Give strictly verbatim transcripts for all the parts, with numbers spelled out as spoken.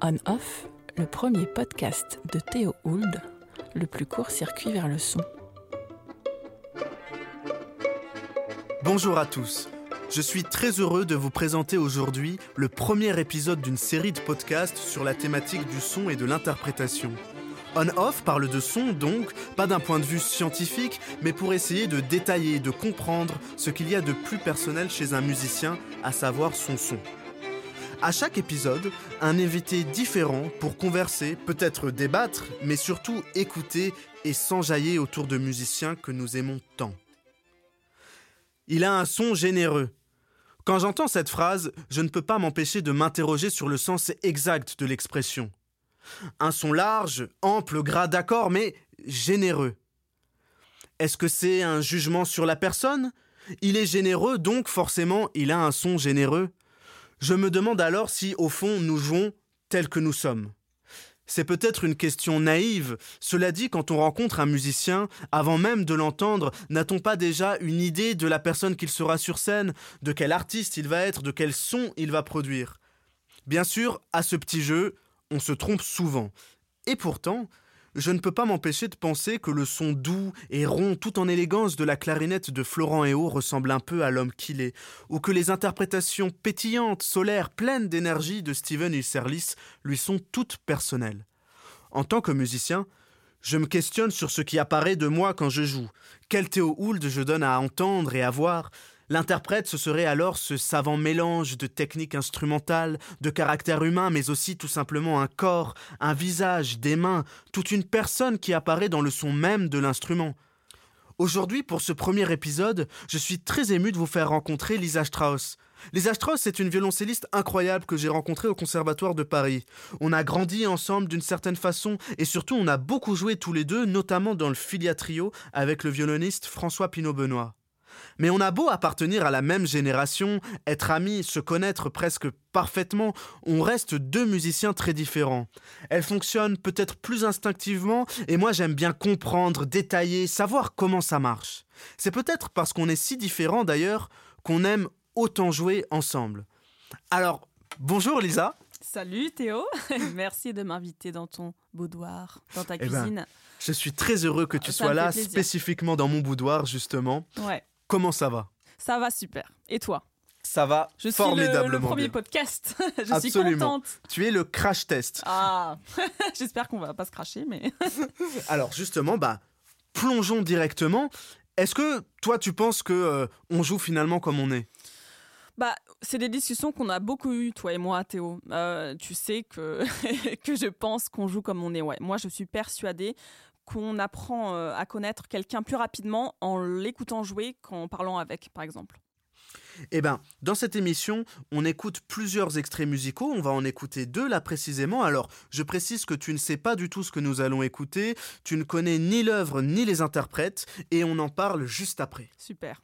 On-Off, le premier podcast de Théo Hould, le plus court circuit vers le son. Bonjour à tous, je suis très heureux de vous présenter aujourd'hui le premier épisode d'une série de podcasts sur la thématique du son et de l'interprétation. On-Off parle de son donc, pas d'un point de vue scientifique, mais pour essayer de détailler, de comprendre ce qu'il y a de plus personnel chez un musicien, à savoir son son. À chaque épisode, un invité différent pour converser, peut-être débattre, mais surtout écouter et s'enjailler autour de musiciens que nous aimons tant. Il a un son généreux. Quand j'entends cette phrase, je ne peux pas m'empêcher de m'interroger sur le sens exact de l'expression. Un son large, ample, gras d'accord, mais généreux. Est-ce que c'est un jugement sur la personne ? Il est généreux, donc forcément, il a un son généreux. Je me demande alors si, au fond, nous jouons tels que nous sommes. C'est peut-être une question naïve. Cela dit, quand on rencontre un musicien, avant même de l'entendre, n'a-t-on pas déjà une idée de la personne qu'il sera sur scène, de quel artiste il va être, de quel son il va produire ? Bien sûr, à ce petit jeu, on se trompe souvent. Et pourtant, je ne peux pas m'empêcher de penser que le son doux et rond tout en élégance de la clarinette de Florent Héo ressemble un peu à l'homme qu'il est, ou que les interprétations pétillantes, solaires, pleines d'énergie de Steven Ilserlis lui sont toutes personnelles. En tant que musicien, je me questionne sur ce qui apparaît de moi quand je joue. Quel Théo Hould je donne à entendre et à voir ? L'interprète, ce serait alors ce savant mélange de techniques instrumentales, de caractère humain, mais aussi tout simplement un corps, un visage, des mains, toute une personne qui apparaît dans le son même de l'instrument. Aujourd'hui, pour ce premier épisode, je suis très ému de vous faire rencontrer Lisa Strauss. Lisa Strauss est une violoncelliste incroyable que j'ai rencontrée au Conservatoire de Paris. On a grandi ensemble d'une certaine façon et surtout on a beaucoup joué tous les deux, notamment dans le Filia Trio avec le violoniste François Pinault-Benoît. Mais on a beau appartenir à la même génération, être amis, se connaître presque parfaitement, on reste deux musiciens très différents. Elle fonctionne peut-être plus instinctivement et moi j'aime bien comprendre, détailler, savoir comment ça marche. C'est peut-être parce qu'on est si différents d'ailleurs qu'on aime autant jouer ensemble. Alors, bonjour Lisa. Salut Théo, merci de m'inviter dans ton boudoir, dans ta Eh cuisine. Ben, je suis très heureux que tu Ça sois me fait là, plaisir. spécifiquement dans mon boudoir justement. Ouais, Comment ça va ? ça va super. Et toi ? Ça va Je suis formidablement le, le premier bien. podcast. Je Absolument. suis contente. Tu es le crash test. Ah, j'espère qu'on va pas se cracher, mais... Alors justement, bah, plongeons directement. Est-ce que toi, tu penses que euh, on joue finalement comme on est ? Bah, c'est des discussions qu'on a beaucoup eues, toi et moi, Théo. Euh, tu sais que, que je pense qu'on joue comme on est. Ouais. Moi, je suis persuadée qu'on apprend euh, à connaître quelqu'un plus rapidement en l'écoutant jouer qu'en parlant avec, par exemple. Eh bien, dans cette émission, on écoute plusieurs extraits musicaux. On va en écouter deux là précisément. Alors, je précise que tu ne sais pas du tout ce que nous allons écouter. Tu ne connais ni l'œuvre ni les interprètes. Et on en parle juste après. Super.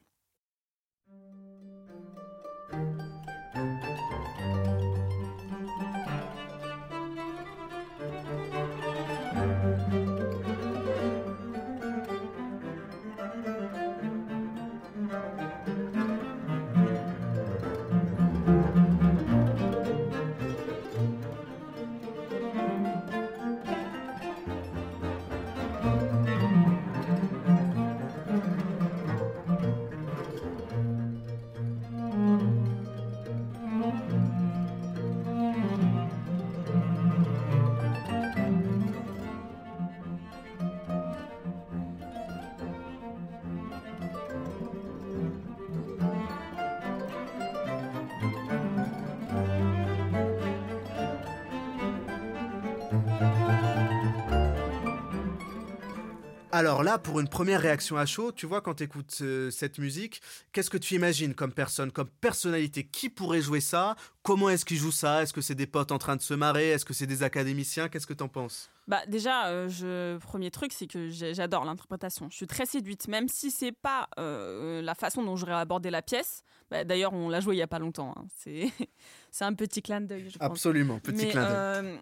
Alors là, pour une première réaction à chaud, tu vois, quand tu écoutes euh, cette musique, qu'est-ce que tu imagines comme personne, comme personnalité ? Qui pourrait jouer ça ? Comment est-ce qu'ils jouent ça ? Est-ce que c'est des potes en train de se marrer ? Est-ce que c'est des académiciens ? Qu'est-ce que t'en penses ? Bah déjà, euh, je... premier truc, c'est que j'ai- j'adore l'interprétation. Je suis très séduite, même si c'est pas euh, la façon dont j'aurais abordé la pièce. Bah, d'ailleurs, on l'a joué il y a pas longtemps. Hein. C'est... c'est un petit clin d'œil, je pense. Absolument, petit Mais, clin d'œil. euh,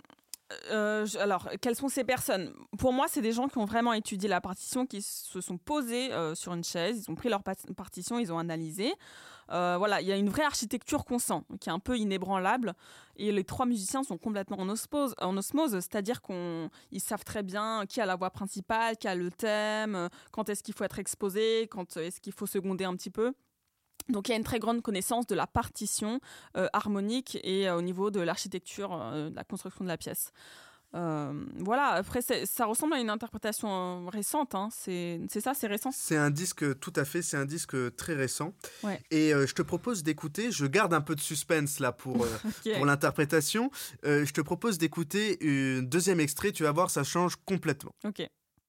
Euh, je- alors, quelles sont ces personnes? Pour moi, c'est des gens qui ont vraiment étudié la partition, qui se sont posés euh, sur une chaise, ils ont pris leur pat- partition, ils ont analysé. Euh, voilà, il y a une vraie architecture qu'on sent, qui est un peu inébranlable. Et les trois musiciens sont complètement en osmose, en osmose, c'est-à-dire qu'ils savent très bien qui a la voix principale, qui a le thème, euh, quand est-ce qu'il faut être exposé, quand est-ce qu'il faut seconder un petit peu. Donc il y a une très grande connaissance de la partition euh, harmonique et euh, au niveau de l'architecture, euh, de la construction de la pièce. Euh, voilà, après c'est- ça ressemble à une interprétation euh, récente, hein. c'est, c'est ça, c'est récent. C'est un disque, tout à fait, c'est un disque très récent. Ouais. Et euh, je te propose d'écouter, je garde un peu de suspense là pour, euh, Ok. pour l'interprétation. Euh, je te propose d'écouter un deuxième extrait, tu vas voir, ça change complètement. Ok.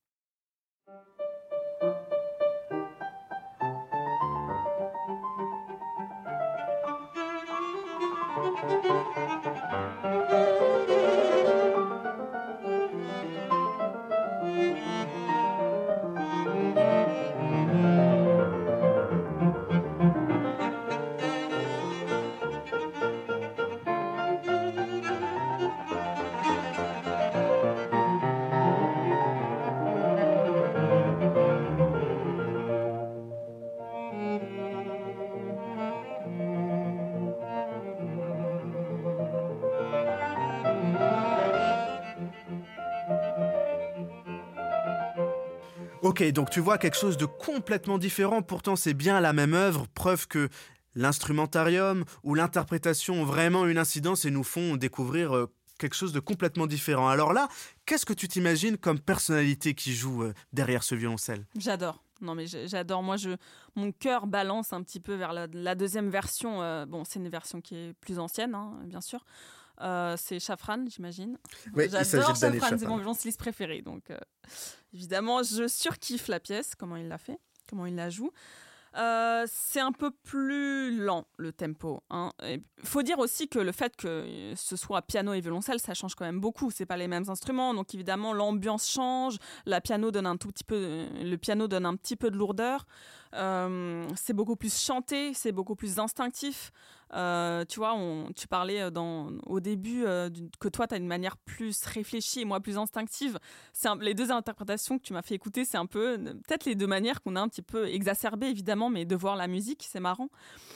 Ok, donc tu vois quelque chose de complètement différent, pourtant c'est bien la même œuvre, preuve que l'instrumentarium ou l'interprétation ont vraiment une incidence et nous font découvrir euh, quelque chose de complètement différent. Alors là, qu'est-ce que tu t'imagines comme personnalité qui joue euh, derrière ce violoncelle? J'adore. Non mais j'ai- j'adore. Moi, je, mon cœur balance un petit peu vers la, la deuxième version. Euh, bon, c'est une version qui est plus ancienne, hein, bien sûr. Euh, c'est Shafran, j'imagine. Oui, il s'agit J'adore de Daniel Shafran, c'est Shafran. mon violoncelliste préféré. Donc, euh, évidemment, je surkiffe la pièce, comment il l'a fait, comment il la joue. Euh, c'est un peu plus lent, le tempo. Il faut dire aussi que le fait que ce soit piano et violoncelle, ça change quand même beaucoup. C'est pas les mêmes instruments, donc évidemment l'ambiance change. La piano donne un tout petit peu, le piano donne un petit peu de lourdeur. Euh, c'est beaucoup plus chanté, c'est beaucoup plus instinctif. Euh, tu vois, on, tu parlais dans, au début euh, que toi, tu as une manière plus réfléchie et moi plus instinctive. C'est un, les deux interprétations que tu m'as fait écouter, c'est un peu peut-être les deux manières qu'on a un petit peu exacerbées, évidemment, mais de voir la musique, c'est marrant.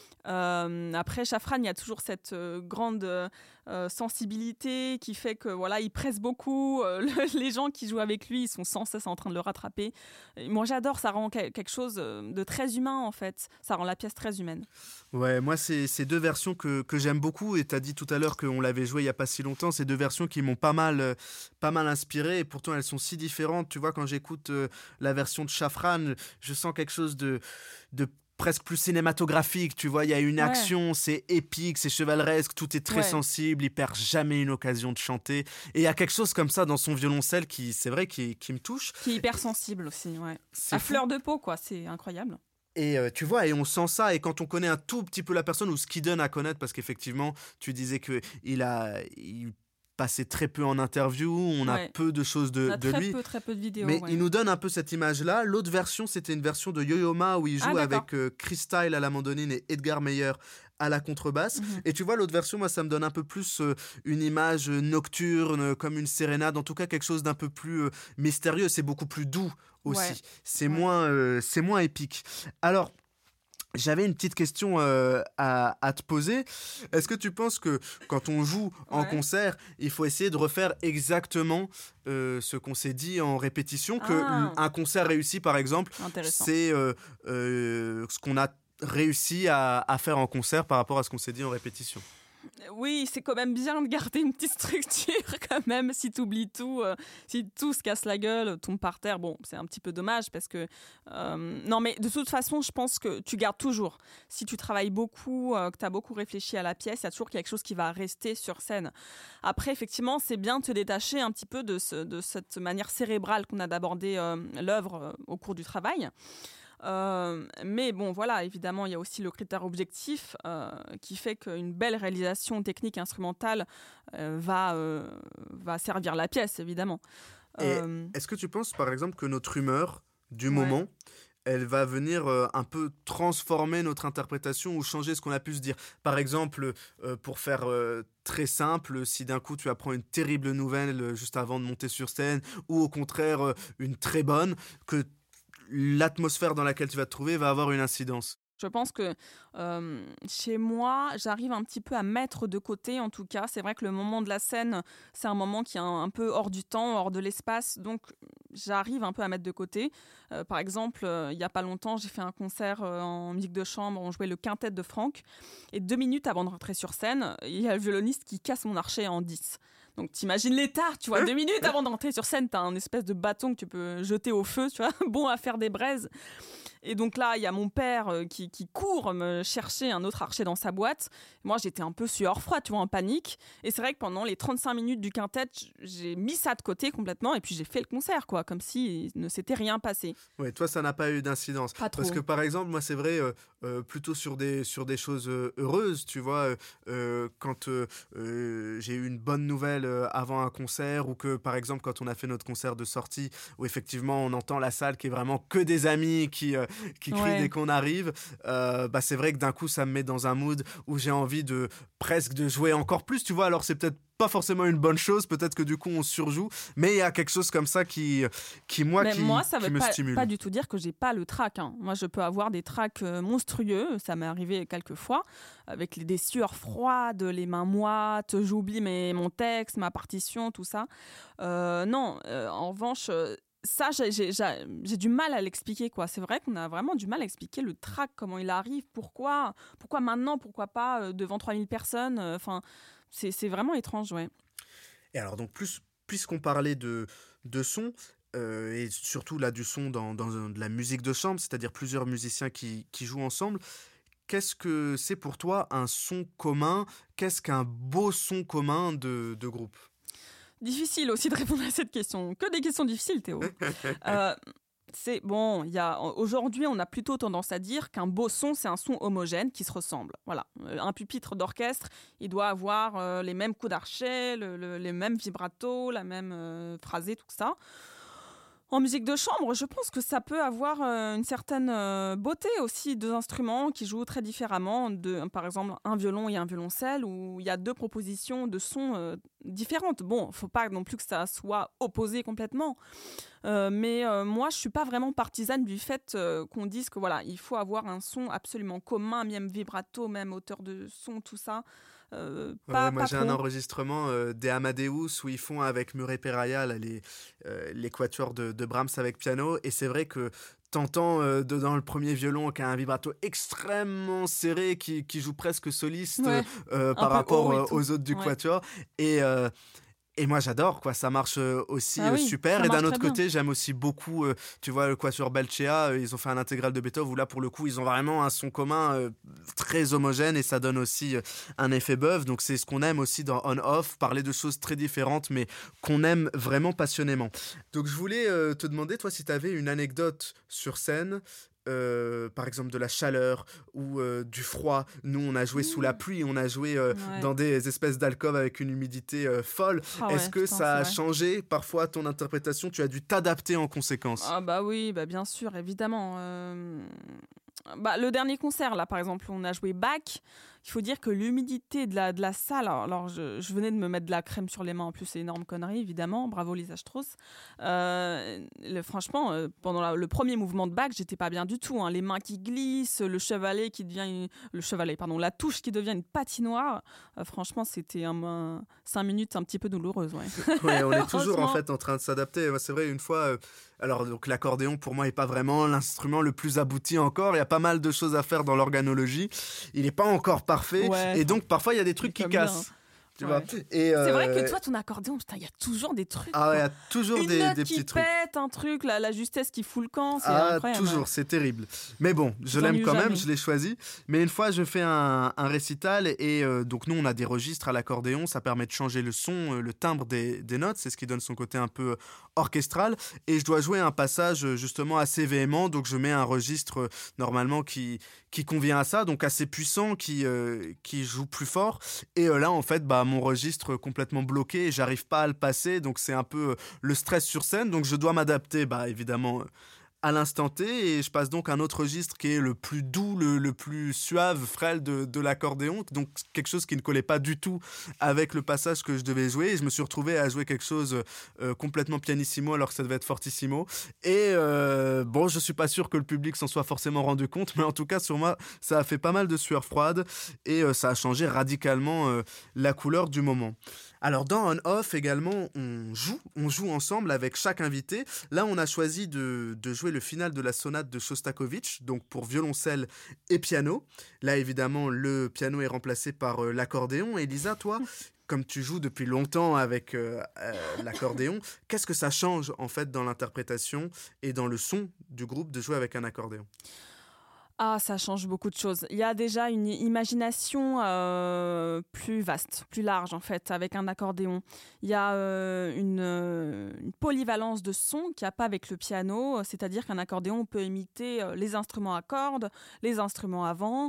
Euh, après, Shafran, il y a toujours cette euh, grande euh, sensibilité qui fait que voilà, il presse beaucoup. Euh, le, les gens qui jouent avec lui, ils sont sans cesse en train de le rattraper. Et moi, j'adore. Ça rend que- quelque chose de très humain en fait. Ça rend la pièce très humaine. Ouais, moi, c'est ces deux versions que, que j'aime beaucoup. Et tu as dit tout à l'heure qu'on l'avait joué il n'y a pas si longtemps. Ces deux versions qui m'ont pas mal, euh, pas mal inspiré. Et pourtant, elles sont si différentes. Tu vois, quand j'écoute euh, la version de Shafran, je sens quelque chose de, de presque plus cinématographique. Tu vois, il y a une Ouais. action, c'est épique, c'est chevaleresque, tout est très Ouais. sensible. Il perd jamais une occasion de chanter. Et il y a quelque chose comme ça dans son violoncelle qui, c'est vrai, qui, qui me touche. Qui est hyper sensible aussi. Ouais. C'est À fou. fleur de peau, quoi. C'est incroyable. Et euh, tu vois, et on sent ça, et quand on connaît un tout petit peu la personne, ou ce qui donne à connaître, parce qu'effectivement, tu disais qu'il a il passait très peu en interview, on a Ouais. peu de choses de, On a de très lui, peu, très peu de vidéos. mais ouais. il nous donne un peu cette image-là. L'autre version, c'était une version de Yo-Yo Ma, où il joue Ah, d'accord. avec euh, Chris Style à la mandoline et Edgar Meyer à la contrebasse. Mhm. Et tu vois, l'autre version, moi, ça me donne un peu plus euh, une image euh, nocturne, euh, comme une sérénade, en tout cas quelque chose d'un peu plus euh, mystérieux. C'est beaucoup plus doux aussi. Ouais. C'est Ouais. moins, euh, c'est moins épique. Alors, j'avais une petite question euh, à, à te poser. Est-ce que tu penses que quand on joue en Ouais. concert, il faut essayer de refaire exactement euh, ce qu'on s'est dit en répétition, que Ah. l- un concert réussi, par exemple, Intéressant. c'est euh, euh, ce qu'on a réussi à, à faire en concert par rapport à ce qu'on s'est dit en répétition? Oui, c'est quand même bien de garder une petite structure quand même. Si tu oublies tout, euh, si tout se casse la gueule, tombe par terre, bon, c'est un petit peu dommage parce que... euh, non, mais de toute façon, je pense que tu gardes toujours. Si tu travailles beaucoup, euh, que tu as beaucoup réfléchi à la pièce, il y a toujours quelque chose qui va rester sur scène. Après, effectivement, c'est bien de te détacher un petit peu de, ce, de cette manière cérébrale qu'on a d'aborder euh, l'œuvre euh, au cours du travail. Euh, mais bon, voilà, évidemment, il y a aussi le critère objectif euh, qui fait qu'une belle réalisation technique instrumentale euh, va, euh, va servir la pièce, évidemment. Et Euh, est-ce que tu penses, par exemple, que notre humeur du Ouais. moment elle va venir euh, un peu transformer notre interprétation ou changer ce qu'on a pu se dire. Par exemple, euh, pour faire euh, très simple, si d'un coup tu apprends une terrible nouvelle euh, juste avant de monter sur scène, ou au contraire euh, une très bonne, que l'atmosphère dans laquelle tu vas te trouver va avoir une incidence. Je pense que euh, chez moi, j'arrive un petit peu à mettre de côté, en tout cas. C'est vrai que le moment de la scène, c'est un moment qui est un, un peu hors du temps, hors de l'espace. Donc, j'arrive un peu à mettre de côté. Euh, par exemple, euh, il n'y a pas longtemps, j'ai fait un concert euh, en musique de chambre. On jouait le quintet de Franck. Et deux minutes avant de rentrer sur scène, il y a le violoniste qui casse mon archet en dix. Donc, t'imagines l'état, tu vois. Deux minutes avant d'entrer sur scène, t'as un espèce de bâton que tu peux jeter au feu, tu vois. Bon à faire des braises. Et donc là, il y a mon père euh, qui, qui court me chercher un autre archet dans sa boîte. Moi, j'étais un peu sueur froide, tu vois, en panique. Et c'est vrai que pendant les trente-cinq minutes du quintet, j'ai mis ça de côté complètement et puis j'ai fait le concert, quoi, comme si ne s'était rien passé. Ouais, toi, ça n'a pas eu d'incidence. Pas trop. Parce que par exemple, moi, c'est vrai, euh, euh, plutôt sur des, sur des choses euh, heureuses, tu vois, euh, euh, quand euh, euh, j'ai eu une bonne nouvelle euh, avant un concert, ou que par exemple, quand on a fait notre concert de sortie, où effectivement, on entend la salle qui est vraiment que des amis qui, euh, qui crient Ouais. dès qu'on arrive, euh, bah, c'est vrai que d'un coup, ça me met dans un mood où j'ai envie de presque de jouer encore plus, tu vois. Alors, c'est peut-être pas forcément une bonne chose, peut-être que du coup on surjoue, mais il y a quelque chose comme ça qui, qui moi, Mais qui, moi, ça qui veut me pas, stimule. pas du tout dire que j'ai pas le trac, hein. Moi, je peux avoir des tracs euh, monstrueux. Ça m'est arrivé quelques fois, avec les, des sueurs froides, les mains moites. J'oublie mes, mon texte, ma partition, tout ça. Euh, non, euh, en revanche, euh, ça, j'ai, j'ai, j'ai, j'ai du mal à l'expliquer, quoi. C'est vrai qu'on a vraiment du mal à expliquer le trac, comment il arrive, pourquoi, pourquoi maintenant, pourquoi pas euh, devant trois mille personnes. Enfin, euh, c'est, c'est vraiment étrange, ouais. Et alors, donc, plus, puisqu'on parlait de, de son, euh, et surtout là du son dans, dans de la musique de chambre, c'est-à-dire plusieurs musiciens qui, qui jouent ensemble, qu'est-ce que c'est pour toi un son commun? Qu'est-ce qu'un beau son commun de, de groupe? Difficile aussi de répondre à cette question. Que des questions difficiles, Théo. euh, c'est bon. Il y a aujourd'hui, on a plutôt tendance à dire qu'un beau son, c'est un son homogène qui se ressemble. Voilà, un pupitre d'orchestre, il doit avoir euh, les mêmes coups d'archet, le, le, les mêmes vibratos, la même euh, phrasé, tout ça. En musique de chambre, je pense que ça peut avoir euh, une certaine euh, beauté aussi, deux instruments qui jouent très différemment, de, par exemple un violon et un violoncelle, où il y a deux propositions de sons euh, différentes. Bon, il ne faut pas non plus que ça soit opposé complètement, euh, mais euh, moi je ne suis pas vraiment partisane du fait euh, qu'on dise que voilà, il faut avoir un son absolument commun, même vibrato, même hauteur de son, tout ça. Euh, pas, ouais, moi pas j'ai trop. un enregistrement euh, des Amadeus où ils font avec Murray Peraya là, les, euh, les quatuors de, de Brahms avec piano, et c'est vrai que t'entends euh, dedans le premier violon qui a un vibrato extrêmement serré qui, qui joue presque soliste Ouais, euh, par peu rapport haut et euh, tout. aux autres du Ouais. quatuor, et euh, Et moi j'adore, quoi, ça marche euh, aussi Ah euh, oui, super. ça Et d'un marche autre très bien. côté, j'aime aussi beaucoup, euh, tu vois, le quatuor Belcea, euh, ils ont fait un intégral de Beethoven où là, pour le coup, ils ont vraiment un son commun euh, très homogène, et ça donne aussi euh, un effet bœuf. Donc c'est ce qu'on aime aussi dans On-Off, parler de choses très différentes, mais qu'on aime vraiment passionnément. Donc je voulais euh, te demander, toi, si tu avais une anecdote sur scène, euh, par exemple de la chaleur ou euh, du froid. Nous, on a joué Mmh. sous la pluie, on a joué euh, Ouais. dans des espèces d'alcôves avec une humidité euh, folle. Ah ouais, Est-ce que putain, ça a c'est vrai. changé parfois ton interprétation? Tu as dû t'adapter en conséquence. Ah bah oui, bah bien sûr, évidemment. Euh, Bah, le dernier concert, là, par exemple, on a joué Bach. Il faut dire que l'humidité de la, de la salle... Alors, alors, je, je venais de me mettre de la crème sur les mains, en plus, c'est énorme connerie, évidemment. Bravo, Lisa Strauss. Euh, le, franchement, euh, pendant la- le premier mouvement de Bach, j'étais pas bien du tout, hein. Les mains qui glissent, le chevalet qui devient... Une, le chevalet, pardon, la touche qui devient une patinoire. Euh, franchement, c'était un, un, cinq minutes un petit peu douloureuses, ouais. Ouais, on est toujours en Franchement. fait en train de s'adapter. Moi, c'est vrai, une fois, euh, alors donc l'accordéon pour moi est pas vraiment l'instrument le plus abouti encore. Il y a pas mal de choses à faire dans l'organologie. Il n'est pas encore parfait, Ouais, et donc parfois il y a des trucs qui comme bien. cassent. Tu Ouais. vois. Et, C'est vrai euh, que toi, ton accordéon, putain, il y a toujours des trucs. ah, il y quoi. a toujours Une des, note des qui petits trucs. pète, un truc, la, la justesse qui fout le camp, c'est Ah, incroyable. toujours, ouais. c'est terrible. Mais bon, je Ils l'aime ennuient quand même, jamais. je l'ai choisi. Mais une fois, je fais un, un récital, et euh, donc nous, on a des registres à l'accordéon, ça permet de changer le son, euh, le timbre des, des notes, c'est ce qui donne son côté un peu euh, orchestral. Et je dois jouer un passage euh, justement assez véhément, donc je mets un registre euh, normalement qui, qui convient à ça, donc assez puissant, qui, euh, qui joue plus fort. Et euh, là, en fait, bah, mon registre complètement bloqué, et j'arrive pas à le passer, donc c'est un peu euh, le stress sur scène, donc je dois m'adapter, bah, évidemment, euh, à l'instant T, et je passe donc à un autre registre qui est le plus doux, le, le plus suave, frêle de, de l'accordéon, donc quelque chose qui ne collait pas du tout avec le passage que je devais jouer, et je me suis retrouvé à jouer quelque chose euh, complètement pianissimo alors que ça devait être fortissimo, et euh, bon, je suis pas sûr que le public s'en soit forcément rendu compte, mais en tout cas sur moi ça a fait pas mal de sueur froide, et euh, ça a changé radicalement euh, la couleur du moment. Alors dans On Off également, on joue, on joue ensemble avec chaque invité. Là, on a choisi de, de jouer le final de la sonate de Shostakovich, donc pour violoncelle et piano. Là, évidemment, le piano est remplacé par euh, l'accordéon. Et Lisa, toi, comme tu joues depuis longtemps avec euh, euh, l'accordéon, qu'est-ce que ça change en fait dans l'interprétation et dans le son du groupe de jouer avec un accordéon ? Ah, ça change beaucoup de choses. Il y a déjà une imagination euh, plus vaste, plus large en fait, avec un accordéon. Il y a euh, une, euh, une polyvalence de son qu'il n'y a pas avec le piano, c'est-à-dire qu'un accordéon peut imiter euh, les instruments à cordes, les instruments à vent,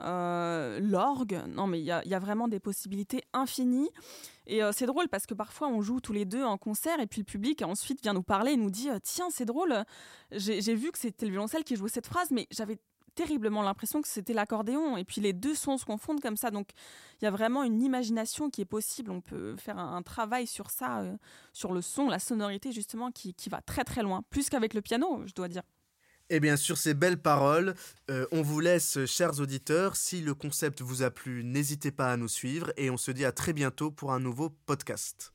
euh, l'orgue. Non, mais il y a, il y a vraiment des possibilités infinies. Et euh, c'est drôle parce que parfois on joue tous les deux en concert et puis le public ensuite vient nous parler et nous dit « Tiens, c'est drôle, j'ai, j'ai vu que c'était le violoncelle qui jouait cette phrase, mais j'avais terriblement l'impression que c'était l'accordéon. » Et puis les deux sons se confondent comme ça. Donc il y a vraiment une imagination qui est possible. On peut faire un, un travail sur ça, euh, sur le son, la sonorité justement, qui, qui va très très loin. Plus qu'avec le piano, je dois dire. Et bien sur ces belles paroles, euh, on vous laisse, chers auditeurs. Si le concept vous a plu, n'hésitez pas à nous suivre et on se dit à très bientôt pour un nouveau podcast.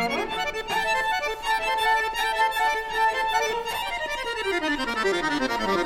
Thank you.